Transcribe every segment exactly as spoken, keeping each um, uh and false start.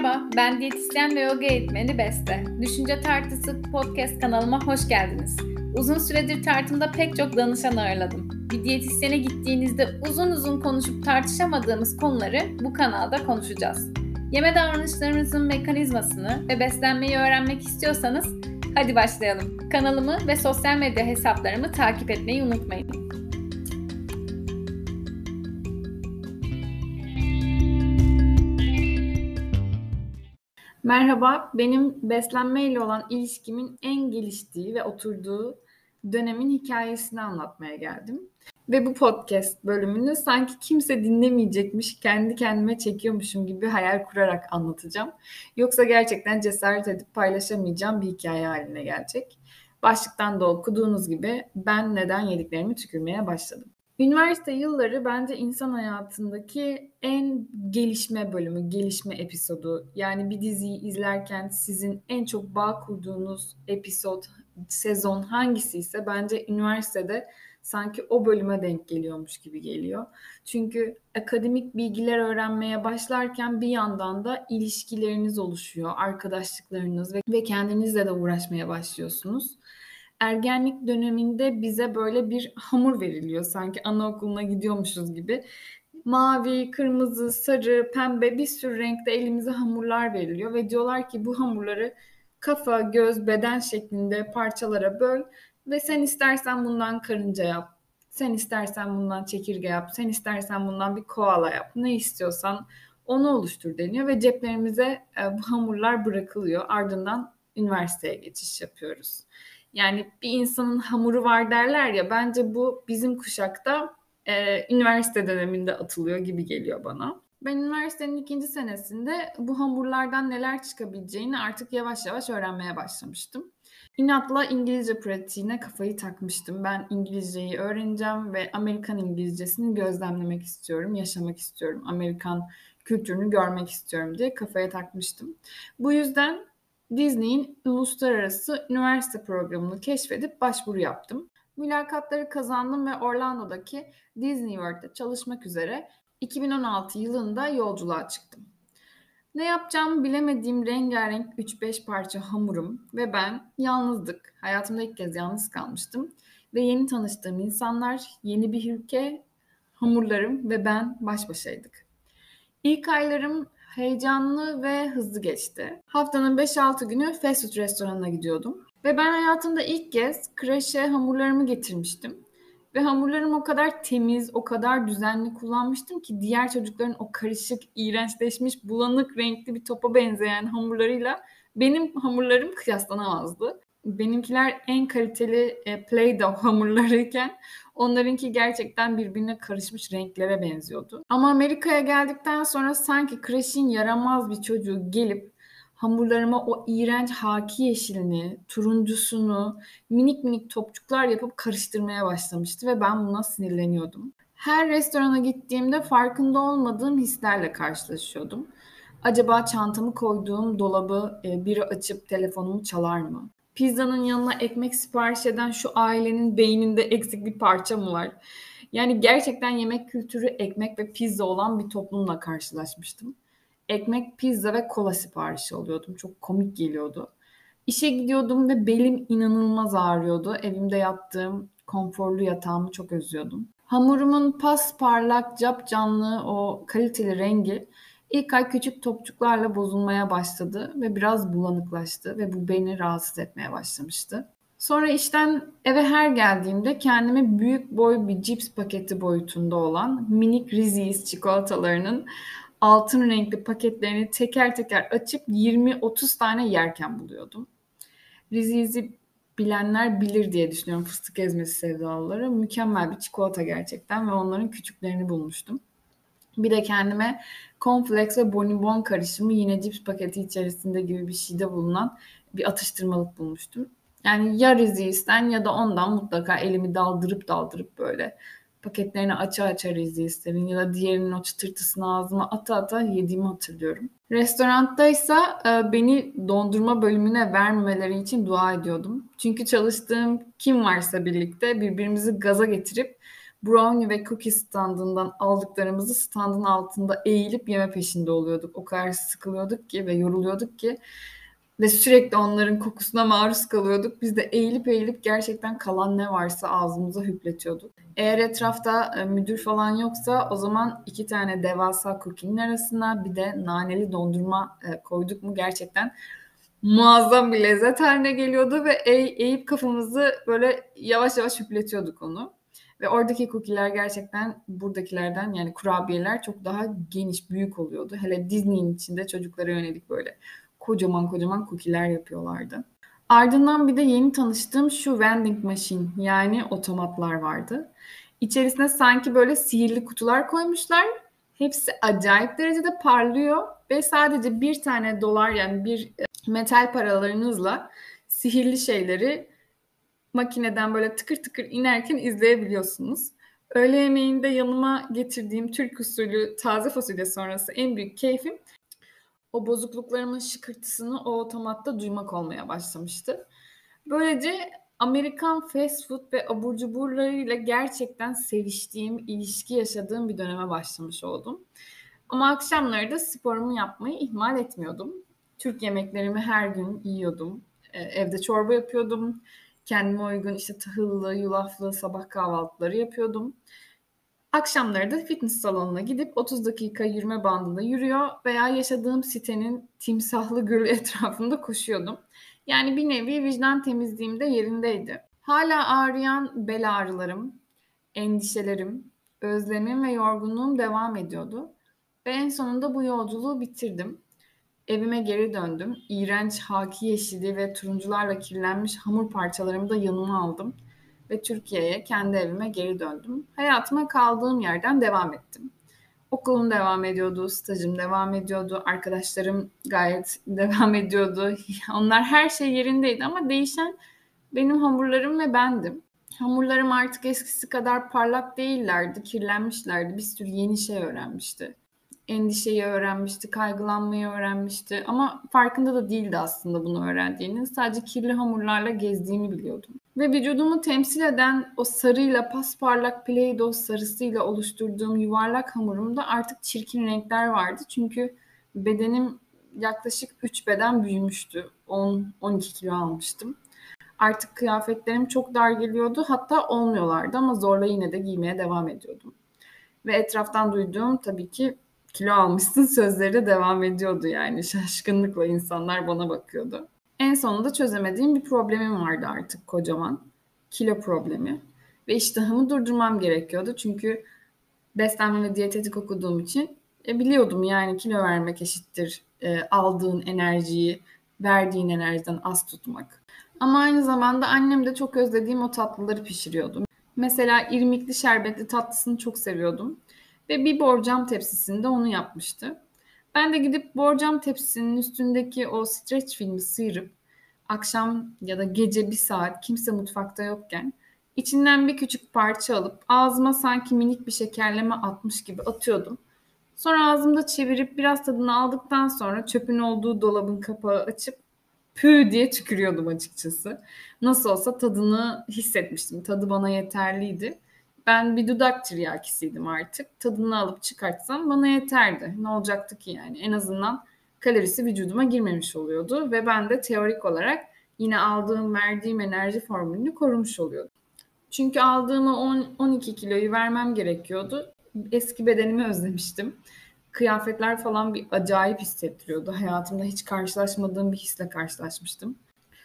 Merhaba, ben diyetisyen ve yoga eğitmeni Beste. Düşünce Tartısı podcast kanalıma hoş geldiniz. Uzun süredir tartımda pek çok danışan ağırladım. Bir diyetisyene gittiğinizde uzun uzun konuşup tartışamadığımız konuları bu kanalda konuşacağız. Yeme davranışlarımızın mekanizmasını ve beslenmeyi öğrenmek istiyorsanız hadi başlayalım. Kanalımı ve sosyal medya hesaplarımı takip etmeyi unutmayın. Merhaba, benim beslenmeyle olan ilişkimin en geliştiği ve oturduğu dönemin hikayesini anlatmaya geldim. Ve bu podcast bölümünü sanki kimse dinlemeyecekmiş, kendi kendime çekiyormuşum gibi hayal kurarak anlatacağım. Yoksa gerçekten cesaret edip paylaşamayacağım bir hikaye haline gelecek. Başlıktan da okuduğunuz gibi ben neden yediklerimi tükürmeye başladım. Üniversite yılları bence insan hayatındaki en gelişme bölümü, gelişme episodu. Yani bir diziyi izlerken sizin en çok bağ kurduğunuz episod, sezon hangisi ise bence üniversitede sanki o bölüme denk geliyormuş gibi geliyor. Çünkü akademik bilgiler öğrenmeye başlarken bir yandan da ilişkileriniz oluşuyor, arkadaşlıklarınız ve, ve kendinizle de uğraşmaya başlıyorsunuz. Ergenlik döneminde bize böyle bir hamur veriliyor. Sanki anaokuluna gidiyormuşuz gibi. Mavi, kırmızı, sarı, pembe bir sürü renkte elimize hamurlar veriliyor. Ve diyorlar ki bu hamurları kafa, göz, beden şeklinde parçalara böl. Ve sen istersen bundan karınca yap. Sen istersen bundan çekirge yap. Sen istersen bundan bir koala yap. Ne istiyorsan onu oluştur deniyor. Ve ceplerimize bu hamurlar bırakılıyor. Ardından üniversiteye geçiş yapıyoruz. Yani bir insanın hamuru var derler ya, bence bu bizim kuşakta e, üniversite döneminde atılıyor gibi geliyor bana. Ben üniversitenin ikinci senesinde bu hamurlardan neler çıkabileceğini artık yavaş yavaş öğrenmeye başlamıştım. İnatla İngilizce pratiğine kafayı takmıştım. Ben İngilizceyi öğreneceğim ve Amerikan İngilizcesini gözlemlemek istiyorum, yaşamak istiyorum. Amerikan kültürünü görmek istiyorum diye kafaya takmıştım. Bu yüzden Disney'in uluslararası üniversite programını keşfedip başvuru yaptım. Mülakatları kazandım ve Orlando'daki Disney World'de çalışmak üzere iki bin on altı yılında yolculuğa çıktım. Ne yapacağımı bilemediğim rengarenk üç beş parça hamurum ve ben yalnızdık. Hayatımda ilk kez yalnız kalmıştım. Ve yeni tanıştığım insanlar, yeni bir ülke, hamurlarım ve ben baş başaydık. İlk aylarım heyecanlı ve hızlı geçti. Haftanın beş altı günü fast food restoranına gidiyordum. Ve ben hayatımda ilk kez kreşe hamurlarımı getirmiştim. Ve hamurlarımı o kadar temiz, o kadar düzenli kullanmıştım ki diğer çocukların o karışık, iğrençleşmiş, bulanık renkli bir topa benzeyen hamurlarıyla benim hamurlarım kıyaslanamazdı. Benimkiler en kaliteli e, Play-Doh hamurlarıyken onlarınki gerçekten birbirine karışmış renklere benziyordu. Ama Amerika'ya geldikten sonra sanki kreşin yaramaz bir çocuğu gelip hamurlarıma o iğrenç haki yeşilini, turuncusunu, minik minik topçuklar yapıp karıştırmaya başlamıştı ve ben buna sinirleniyordum. Her restorana gittiğimde farkında olmadığım hislerle karşılaşıyordum. Acaba çantamı koyduğum dolabı e, biri açıp telefonumu çalar mı? Pizzanın yanına ekmek sipariş eden şu ailenin beyninde eksik bir parça mı var? Yani gerçekten yemek kültürü ekmek ve pizza olan bir toplumla karşılaşmıştım. Ekmek, pizza ve kola siparişi alıyordum. Çok komik geliyordu. İşe gidiyordum ve belim inanılmaz ağrıyordu. Evimde yattığım konforlu yatağımı çok özlüyordum. Hamurumun pasparlak, capcanlı o kaliteli rengi ilk ay küçük topçuklarla bozulmaya başladı ve biraz bulanıklaştı ve bu beni rahatsız etmeye başlamıştı. Sonra işten eve her geldiğimde kendimi büyük boy bir cips paketi boyutunda olan minik Reese's çikolatalarının altın renkli paketlerini teker teker açıp yirmi otuz tane yerken buluyordum. Reese's'i bilenler bilir diye düşünüyorum, fıstık ezmesi sevdalıları. Mükemmel bir çikolata gerçekten ve onların küçüklerini bulmuştum. Bir de kendime cornflakes ve bonibon karışımı yine cips paketi içerisinde gibi bir şeyde bulunan bir atıştırmalık bulmuştum. Yani ya Reese's'ten ya da ondan mutlaka elimi daldırıp daldırıp böyle paketlerini aça aça Reese's'lerin ya da diğerinin o çıtırtısını ağzıma ata ata yediğimi hatırlıyorum. Restoranttaysa e, beni dondurma bölümüne vermemeleri için dua ediyordum. Çünkü çalıştığım kim varsa birlikte birbirimizi gaza getirip brownie ve cookie standından aldıklarımızı standın altında eğilip yeme peşinde oluyorduk. O kadar sıkılıyorduk ki ve yoruluyorduk ki ve sürekli onların kokusuna maruz kalıyorduk. Biz de eğilip eğilip gerçekten kalan ne varsa ağzımıza hüpletiyorduk. Eğer etrafta e, müdür falan yoksa o zaman iki tane devasa cookie'nin arasına bir de naneli dondurma e, koyduk mu gerçekten muazzam bir lezzet haline geliyordu ve eğ, eğip kafamızı böyle yavaş yavaş hüpletiyorduk onu. Ve oradaki cookie'ler gerçekten buradakilerden, yani kurabiyeler çok daha geniş, büyük oluyordu. Hele Disney'in içinde çocuklara yönelik böyle kocaman kocaman cookie'ler yapıyorlardı. Ardından bir de yeni tanıştığım şu vending machine, yani otomatlar vardı. İçerisine sanki böyle sihirli kutular koymuşlar. Hepsi acayip derecede parlıyor ve sadece bir tane dolar, yani bir metal paralarınızla sihirli şeyleri makineden böyle tıkır tıkır inerken izleyebiliyorsunuz. Öğle yemeğinde yanıma getirdiğim Türk usulü taze fasulye sonrası en büyük keyfim o bozukluklarımın şıkırtısını o otomatta duymak olmaya başlamıştı. Böylece Amerikan fast food ve abur cuburlarıyla gerçekten seviştiğim, ilişki yaşadığım bir döneme başlamış oldum. Ama akşamları da sporumu yapmayı ihmal etmiyordum. Türk yemeklerimi her gün yiyordum. Ee, evde çorba yapıyordum. Kendime uygun işte tahıllı, yulaflı sabah kahvaltıları yapıyordum. Akşamları da fitness salonuna gidip otuz dakika yürüme bandında yürüyor veya yaşadığım sitenin timsahlı gölü etrafında koşuyordum. Yani bir nevi vicdan temizliğim de yerindeydi. Hala ağrıyan bel ağrılarım, endişelerim, özlemim ve yorgunluğum devam ediyordu. Ve en sonunda bu yolculuğu bitirdim. Evime geri döndüm. İğrenç haki yeşili ve turuncularla kirlenmiş hamur parçalarımı da yanıma aldım. Ve Türkiye'ye, kendi evime geri döndüm. Hayatıma kaldığım yerden devam ettim. Okulum devam ediyordu, stajım devam ediyordu, arkadaşlarım gayet devam ediyordu. Onlar her şey yerindeydi ama değişen benim hamurlarım ve bendim. Hamurlarım artık eskisi kadar parlak değillerdi, kirlenmişlerdi. Bir sürü yeni şey öğrenmişti. Endişeyi öğrenmişti, kaygılanmayı öğrenmişti ama farkında da değildi aslında bunu öğrendiğinin. Sadece kirli hamurlarla gezdiğini biliyordum. Ve vücudumu temsil eden o sarıyla pasparlak Play-Doh sarısıyla oluşturduğum yuvarlak hamurumda artık çirkin renkler vardı. Çünkü bedenim yaklaşık üç beden büyümüştü. on on iki kilo almıştım. Artık kıyafetlerim çok dar geliyordu. Hatta olmuyorlardı ama zorla yine de giymeye devam ediyordum. Ve etraftan duyduğum tabii ki kilo almışsın sözleri de devam ediyordu yani. Şaşkınlıkla insanlar bana bakıyordu. En sonunda çözemediğim bir problemim vardı artık kocaman. Kilo problemi. Ve iştahımı durdurmam gerekiyordu. Çünkü beslenme ve diyetetik okuduğum için e, biliyordum yani kilo vermek eşittir e, aldığın enerjiyi verdiğin enerjiden az tutmak. Ama aynı zamanda annem de çok özlediğim o tatlıları pişiriyordu. Mesela irmikli şerbetli tatlısını çok seviyordum. Ve bir borcam tepsisinde onu yapmıştı. Ben de gidip borcam tepsisinin üstündeki o streç filmi sıyırıp akşam ya da gece bir saat kimse mutfakta yokken içinden bir küçük parça alıp ağzıma sanki minik bir şekerleme atmış gibi atıyordum. Sonra ağzımda çevirip biraz tadını aldıktan sonra çöpün olduğu dolabın kapağı açıp pü diye tükürüyordum açıkçası. Nasıl olsa tadını hissetmiştim. Tadı bana yeterliydi. Ben bir dudak tiryakisiydim artık. Tadını alıp çıkartsam bana yeterdi. Ne olacaktı ki yani? En azından kalorisi vücuduma girmemiş oluyordu ve ben de teorik olarak yine aldığım, verdiğim enerji formülünü korumuş oluyordum. Çünkü aldığımı on on iki kiloyu vermem gerekiyordu. Eski bedenimi özlemiştim. Kıyafetler falan bir acayip hissettiriyordu. Hayatımda hiç karşılaşmadığım bir hisle karşılaşmıştım.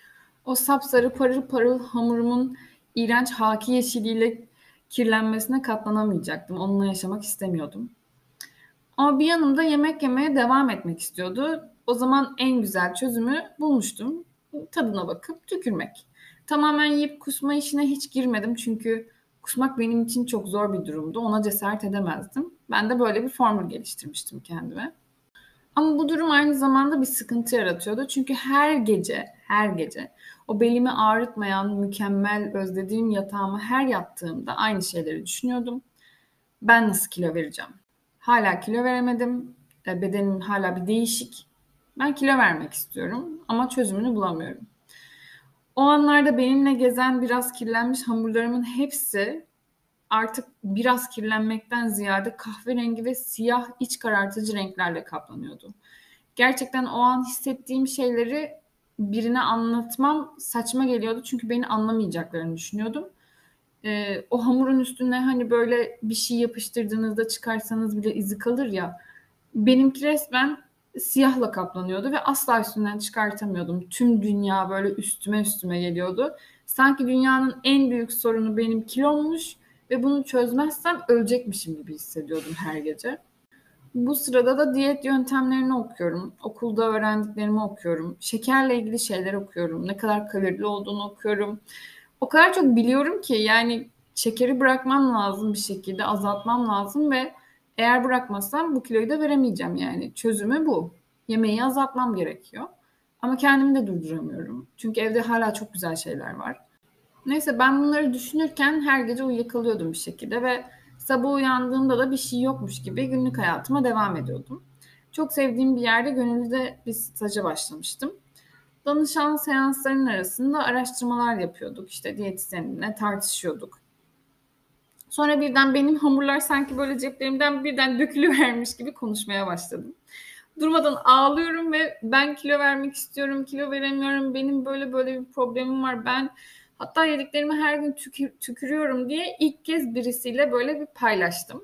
O sapsarı parıl parıl hamurumun iğrenç haki yeşiliyle kirlenmesine katlanamayacaktım. Onunla yaşamak istemiyordum. Ama bir yanımda yemek yemeye devam etmek istiyordu. O zaman en güzel çözümü bulmuştum. Tadına bakıp tükürmek. Tamamen yiyip kusma işine hiç girmedim çünkü kusmak benim için çok zor bir durumdu. Ona cesaret edemezdim. Ben de böyle bir formül geliştirmiştim kendime. Ama bu durum aynı zamanda bir sıkıntı yaratıyordu. Çünkü her gece, her gece o belimi ağrıtmayan, mükemmel, özlediğim yatağıma her yattığımda aynı şeyleri düşünüyordum. Ben nasıl kilo vereceğim? Hala kilo veremedim. E, Bedenim hala bir değişik. Ben kilo vermek istiyorum ama çözümünü bulamıyorum. O anlarda benimle gezen biraz kirlenmiş hamurlarımın hepsi artık biraz kirlenmekten ziyade kahverengi ve siyah iç karartıcı renklerle kaplanıyordu. Gerçekten o an hissettiğim şeyleri birine anlatmam saçma geliyordu. Çünkü beni anlamayacaklarını düşünüyordum. Ee, o hamurun üstüne hani böyle bir şey yapıştırdığınızda çıkarsanız bile izi kalır ya. Benimki resmen siyahla kaplanıyordu ve asla üstünden çıkartamıyordum. Tüm dünya böyle üstüme üstüme geliyordu. Sanki dünyanın en büyük sorunu benim kilommuş ve bunu çözmezsem ölecekmişim gibi hissediyordum her gece. Bu sırada da diyet yöntemlerini okuyorum. Okulda öğrendiklerimi okuyorum. Şekerle ilgili şeyler okuyorum. Ne kadar kalorili olduğunu okuyorum. O kadar çok biliyorum ki yani şekeri bırakmam lazım bir şekilde, azaltmam lazım ve eğer bırakmazsam bu kiloyu da veremeyeceğim yani. Çözümü bu. Yemeği azaltmam gerekiyor. Ama kendimi de durduramıyorum. Çünkü evde hala çok güzel şeyler var. Neyse ben bunları düşünürken her gece uyuyakalıyordum bir şekilde ve sabah uyandığımda da bir şey yokmuş gibi günlük hayatıma devam ediyordum. Çok sevdiğim bir yerde gönüllüde bir staja başlamıştım. Danışan seanslarının arasında araştırmalar yapıyorduk. İşte diyetisyenimle tartışıyorduk. Sonra birden benim hamurlar sanki böyle ceplerimden birden dökülüvermiş gibi konuşmaya başladım. Durmadan ağlıyorum ve ben kilo vermek istiyorum, kilo veremiyorum, benim böyle böyle bir problemim var. Ben hatta yediklerimi her gün tükür, tükürüyorum diye ilk kez birisiyle böyle bir paylaştım.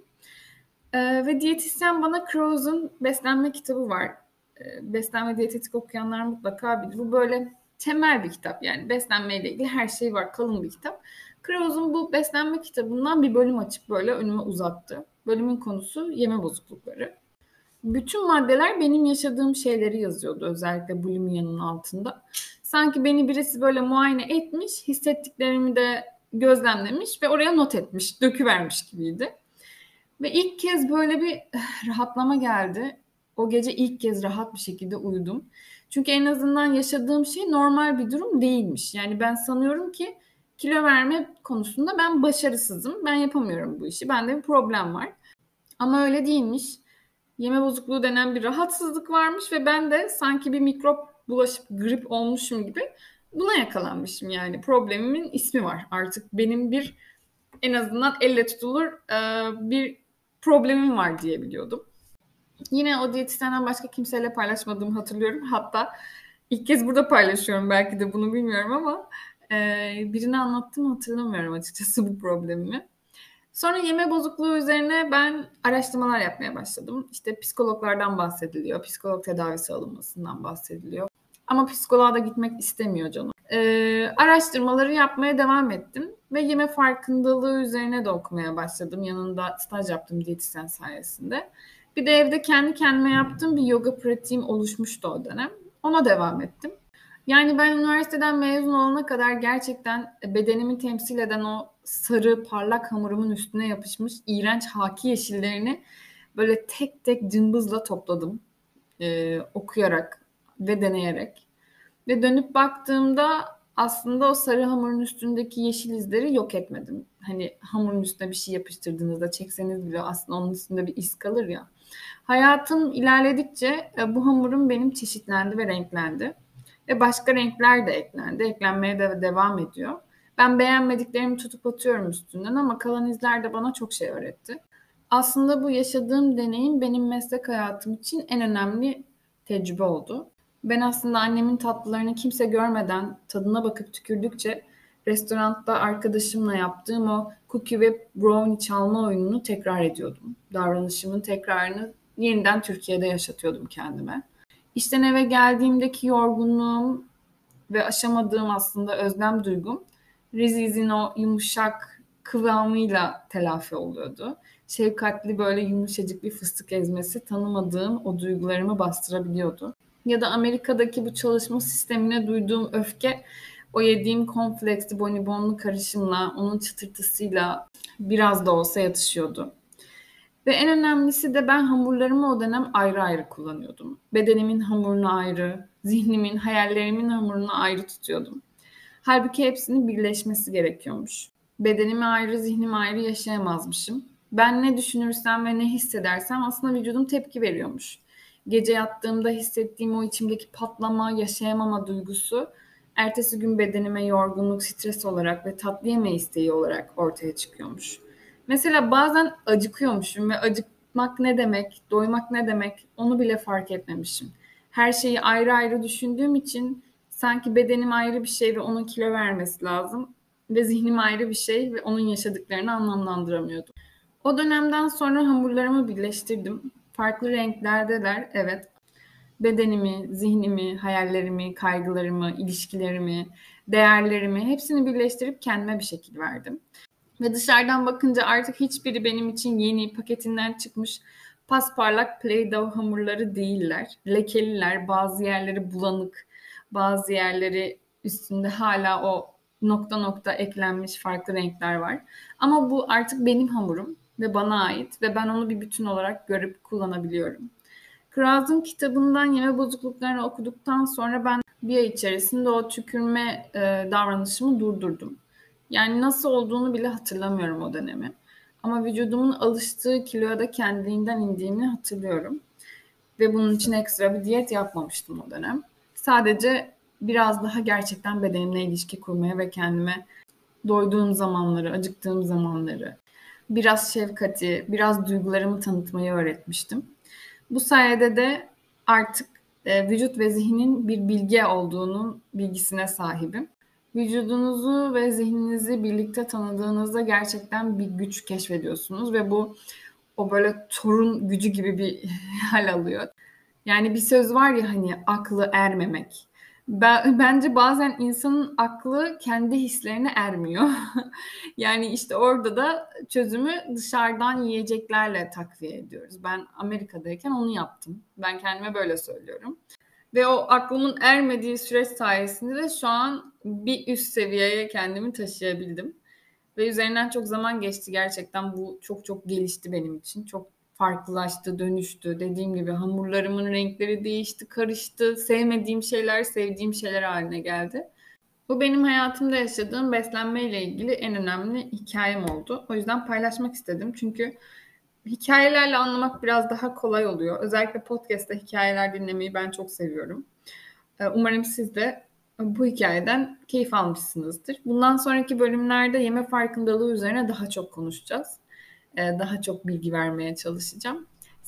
Ee, ve diyetisyen bana Krauss'un beslenme kitabı var. Ee, beslenme diyetetik okuyanlar mutlaka bilir. Bu böyle temel bir kitap yani beslenmeyle ilgili her şey var, kalın bir kitap. Krauss'un bu beslenme kitabından bir bölüm açıp böyle önüme uzattı. Bölümün konusu yeme bozuklukları. Bütün maddeler benim yaşadığım şeyleri yazıyordu, özellikle bulimiyanın altında. Sanki beni birisi böyle muayene etmiş, hissettiklerimi de gözlemlemiş ve oraya not etmiş, döküvermiş gibiydi. Ve ilk kez böyle bir eh, rahatlama geldi. O gece ilk kez rahat bir şekilde uyudum. Çünkü en azından yaşadığım şey normal bir durum değilmiş. Yani ben sanıyorum ki kilo verme konusunda ben başarısızım. Ben yapamıyorum bu işi. Bende bir problem var. Ama öyle değilmiş. Yeme bozukluğu denen bir rahatsızlık varmış ve ben de sanki bir mikrop bulaşıp grip olmuşum gibi buna yakalanmışım yani. Problemimin ismi var. Artık benim bir en azından elle tutulur e, bir problemim var diyebiliyordum. Yine o diyetisyenden başka kimseyle paylaşmadığımı hatırlıyorum. Hatta ilk kez burada paylaşıyorum, belki de bunu bilmiyorum ama e, birine anlattım hatırlamıyorum açıkçası bu problemimi. Sonra yeme bozukluğu üzerine ben araştırmalar yapmaya başladım. İşte psikologlardan bahsediliyor, psikolog tedavisi alınmasından bahsediliyor. Ama psikoloğa da gitmek istemiyor canım. Ee, araştırmaları yapmaya devam ettim ve yeme farkındalığı üzerine de okumaya başladım. Yanında staj yaptım diyetisyen sayesinde. Bir de evde kendi kendime yaptığım bir yoga pratiğim oluşmuştu o dönem. Ona devam ettim. Yani ben üniversiteden mezun olana kadar gerçekten bedenimi temsil eden o sarı parlak hamurumun üstüne yapışmış iğrenç haki yeşillerini böyle tek tek cımbızla topladım. Ee, okuyarak ve deneyerek. Ve dönüp baktığımda aslında o sarı hamurun üstündeki yeşil izleri yok etmedim. Hani hamurun üstüne bir şey yapıştırdığınızda çekseniz bile aslında onun üstünde bir iz kalır ya. Hayatım ilerledikçe e, bu hamurum benim çeşitlendi ve renklendi. Ve başka renkler de eklendi. Eklenmeye de devam ediyor. Ben beğenmediklerimi tutup atıyorum üstünden ama kalan izler de bana çok şey öğretti. Aslında bu yaşadığım deneyim benim meslek hayatım için en önemli tecrübe oldu. Ben aslında annemin tatlılarını kimse görmeden tadına bakıp tükürdükçe restoranda arkadaşımla yaptığım o cookie ve brownie çalma oyununu tekrar ediyordum. Davranışımın tekrarını yeniden Türkiye'de yaşatıyordum kendime. İşten eve geldiğimdeki yorgunluğum ve aşamadığım aslında özlem duygum Riziz'in o yumuşak kıvamıyla telafi oluyordu. Şefkatli böyle yumuşacık bir fıstık ezmesi tanımadığım o duygularımı bastırabiliyordu. Ya da Amerika'daki bu çalışma sistemine duyduğum öfke o yediğim cornflakesli bonibonlu karışımla, onun çıtırtısıyla biraz da olsa yatışıyordu. Ve en önemlisi de ben hamurlarımı o dönem ayrı ayrı kullanıyordum. Bedenimin hamurunu ayrı, zihnimin, hayallerimin hamurunu ayrı tutuyordum. Halbuki hepsinin birleşmesi gerekiyormuş. Bedenimi ayrı, zihnimi ayrı yaşayamazmışım. Ben ne düşünürsem ve ne hissedersem aslında vücudum tepki veriyormuş. Gece yattığımda hissettiğim o içimdeki patlama, yaşayamama duygusu ertesi gün bedenime yorgunluk, stres olarak ve tatlı yeme isteği olarak ortaya çıkıyormuş. Mesela bazen acıkıyormuşum ve acıkmak ne demek, doymak ne demek onu bile fark etmemişim. Her şeyi ayrı ayrı düşündüğüm için sanki bedenim ayrı bir şey ve onun kilo vermesi lazım ve zihnim ayrı bir şey ve onun yaşadıklarını anlamlandıramıyordum. O dönemden sonra hamurlarımı birleştirdim. Farklı renklerdeler, evet. Bedenimi, zihnimi, hayallerimi, kaygılarımı, ilişkilerimi, değerlerimi hepsini birleştirip kendime bir şekil verdim. Ve dışarıdan bakınca artık hiçbiri benim için yeni, paketinden çıkmış pasparlak Play-Doh hamurları değiller. Lekeliler, bazı yerleri bulanık, bazı yerleri üstünde hala o nokta nokta eklenmiş farklı renkler var. Ama bu artık benim hamurum ve bana ait ve ben onu bir bütün olarak görüp kullanabiliyorum. Krauss'un kitabından yeme bozukluklarını okuduktan sonra ben bir ay içerisinde o tükürme e, davranışımı durdurdum. Yani nasıl olduğunu bile hatırlamıyorum o dönemi. Ama vücudumun alıştığı kiloya da kendiliğinden indiğimi hatırlıyorum. Ve bunun için ekstra bir diyet yapmamıştım o dönem. Sadece biraz daha gerçekten bedenimle ilişki kurmaya ve kendime doyduğum zamanları, acıktığım zamanları, biraz şefkati, biraz duygularımı tanıtmayı öğretmiştim. Bu sayede de artık e, vücut ve zihnin bir bilge olduğunun bilgisine sahibim. Vücudunuzu ve zihninizi birlikte tanıdığınızda gerçekten bir güç keşfediyorsunuz ve bu o böyle torun gücü gibi bir hal alıyor. Yani bir söz var ya hani aklı ermemek. Ben, bence bazen insanın aklı kendi hislerine ermiyor. Yani işte orada da çözümü dışarıdan yiyeceklerle takviye ediyoruz. Ben Amerika'dayken onu yaptım. Ben kendime böyle söylüyorum. Ve o aklımın ermediği süreç sayesinde de şu an bir üst seviyeye kendimi taşıyabildim. Ve üzerinden çok zaman geçti gerçekten. Bu çok çok gelişti benim için. Çok farklılaştı, dönüştü. Dediğim gibi hamurlarımın renkleri değişti, karıştı. Sevmediğim şeyler sevdiğim şeyler haline geldi. Bu benim hayatımda yaşadığım beslenmeyle ilgili en önemli hikayem oldu. O yüzden paylaşmak istedim. Çünkü hikayelerle anlamak biraz daha kolay oluyor. Özellikle podcast'ta hikayeler dinlemeyi ben çok seviyorum. Ee, Umarım siz de bu hikayeden keyif almışsınızdır. Bundan sonraki bölümlerde yeme farkındalığı üzerine daha çok konuşacağız. Ee, Daha çok bilgi vermeye çalışacağım.